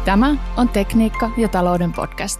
Tämä on Tekniikka ja talouden podcast.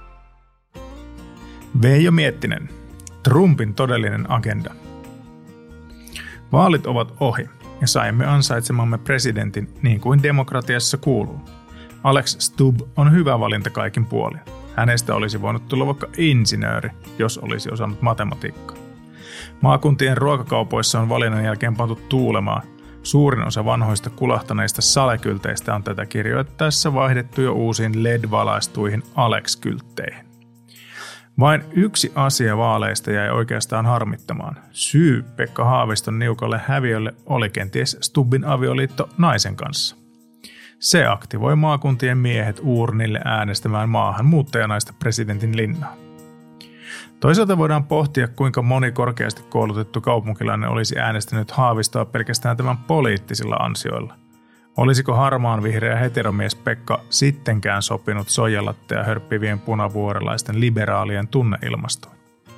Veijo Miettinen. Trumpin todellinen agenda. Vaalit ovat ohi ja saimme ansaitsemamme presidentin niin kuin demokratiassa kuuluu. Alex Stubb on hyvä valinta kaikin puolin. Hänestä olisi voinut tulla vaikka insinööri, jos olisi osannut matematiikkaa. Maakuntien ruokakaupoissa on valinnan jälkeen pantu tuulemaan. Suurin osa vanhoista kulahtaneista salekylteistä on tätä kirjoittaessa vaihdettu jo uusiin LED-valaistuihin Alex-kyltteihin. Vain yksi asia vaaleista jäi oikeastaan harmittamaan. Syy Pekka Haaviston niukalle häviölle oli kenties Stubbin avioliitto naisen kanssa. Se aktivoi maakuntien miehet uurnille äänestämään maahanmuuttajanaista presidentin linnaan. Toisaalta voidaan pohtia, kuinka moni korkeasti koulutettu kaupunkilainen olisi äänestänyt Haavistoa pelkästään tämän poliittisilla ansioilla. Olisiko harmaan vihreä heteromies Pekka sittenkään sopinut soijalattea hörppivien punavuorelaisten liberaalien tunneilmastoon?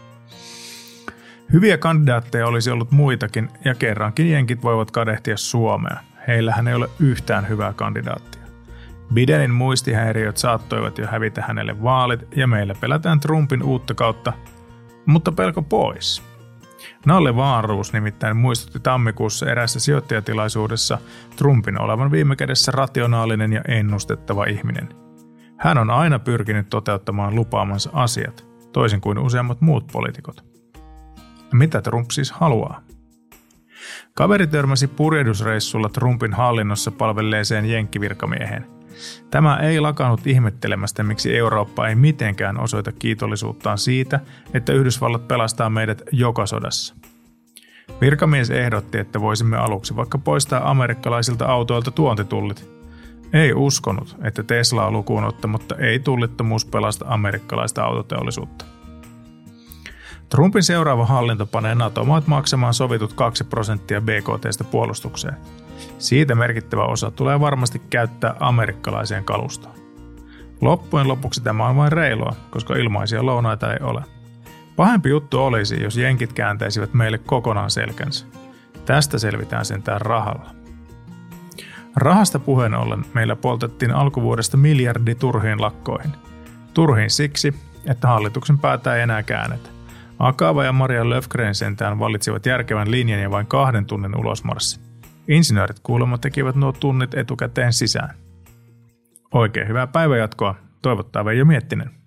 Hyviä kandidaatteja olisi ollut muitakin, ja kerrankin jenkit voivat kadehtia Suomea. Heillähän ei ole yhtään hyvää kandidaattia. Bidenin muistihäiriöt saattoivat jo hävitä hänelle vaalit, ja meillä pelätään Trumpin uutta kautta, mutta pelko pois. Nalle Wahlroos nimittäin muistutti tammikuussa eräässä sijoittajatilaisuudessa Trumpin olevan viime kädessä rationaalinen ja ennustettava ihminen. Hän on aina pyrkinyt toteuttamaan lupaamansa asiat, toisin kuin useammat muut poliitikot. Mitä Trump siis haluaa? Kaveri törmäsi purjehdusreissulla Trumpin hallinnossa palvelleeseen jenkkivirkamieheen. Tämä ei lakannut ihmettelemästä, miksi Eurooppa ei mitenkään osoita kiitollisuuttaan siitä, että Yhdysvallat pelastaa meidät joka sodassa. Virkamies ehdotti, että voisimme aluksi vaikka poistaa amerikkalaisilta autoilta tuontitullit. Ei uskonut, että Teslaa lukuun ottamatta ei tullittomuus pelasta amerikkalaista autoteollisuutta. Trumpin seuraava hallinto panee NATO-maat maksamaan sovitut 2% BKT:stä puolustukseen. Siitä merkittävä osa tulee varmasti käyttää amerikkalaiseen kalustoon. Loppujen lopuksi tämä on vain reilua, koska ilmaisia lounaita ei ole. Pahempi juttu olisi, jos jenkit kääntäisivät meille kokonaan selkänsä. Tästä selvitään sentään rahalla. Rahasta puheen ollen meillä poltettiin alkuvuodesta miljardi turhiin lakkoihin. Turhiin siksi, että hallituksen päätä ei enää käännetä. Akava ja Maria Löfgren sentään valitsivat järkevän linjan ja vain 2 tunnin ulosmarssin. Insinöörit kuulemma tekivät nuo tunnit etukäteen sisään. Oikein hyvää päivänjatkoa, toivottaa Veijo Miettinen.